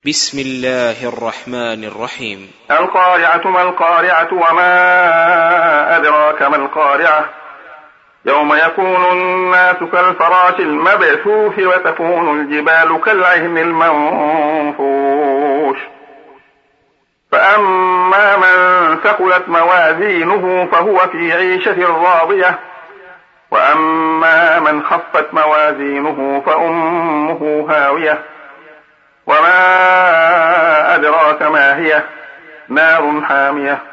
بسم الله الرحمن الرحيم. القارعة ما القارعة وما أدراك ما القارعة يوم يكون الناس كالفراش المبثوث وتكون الجبال كالعهن المنفوش فأما من ثقلت موازينه فهو في عيشة راضية وأما من خفت موازينه فأمه هاوية وما أدراك ما هي نار حامية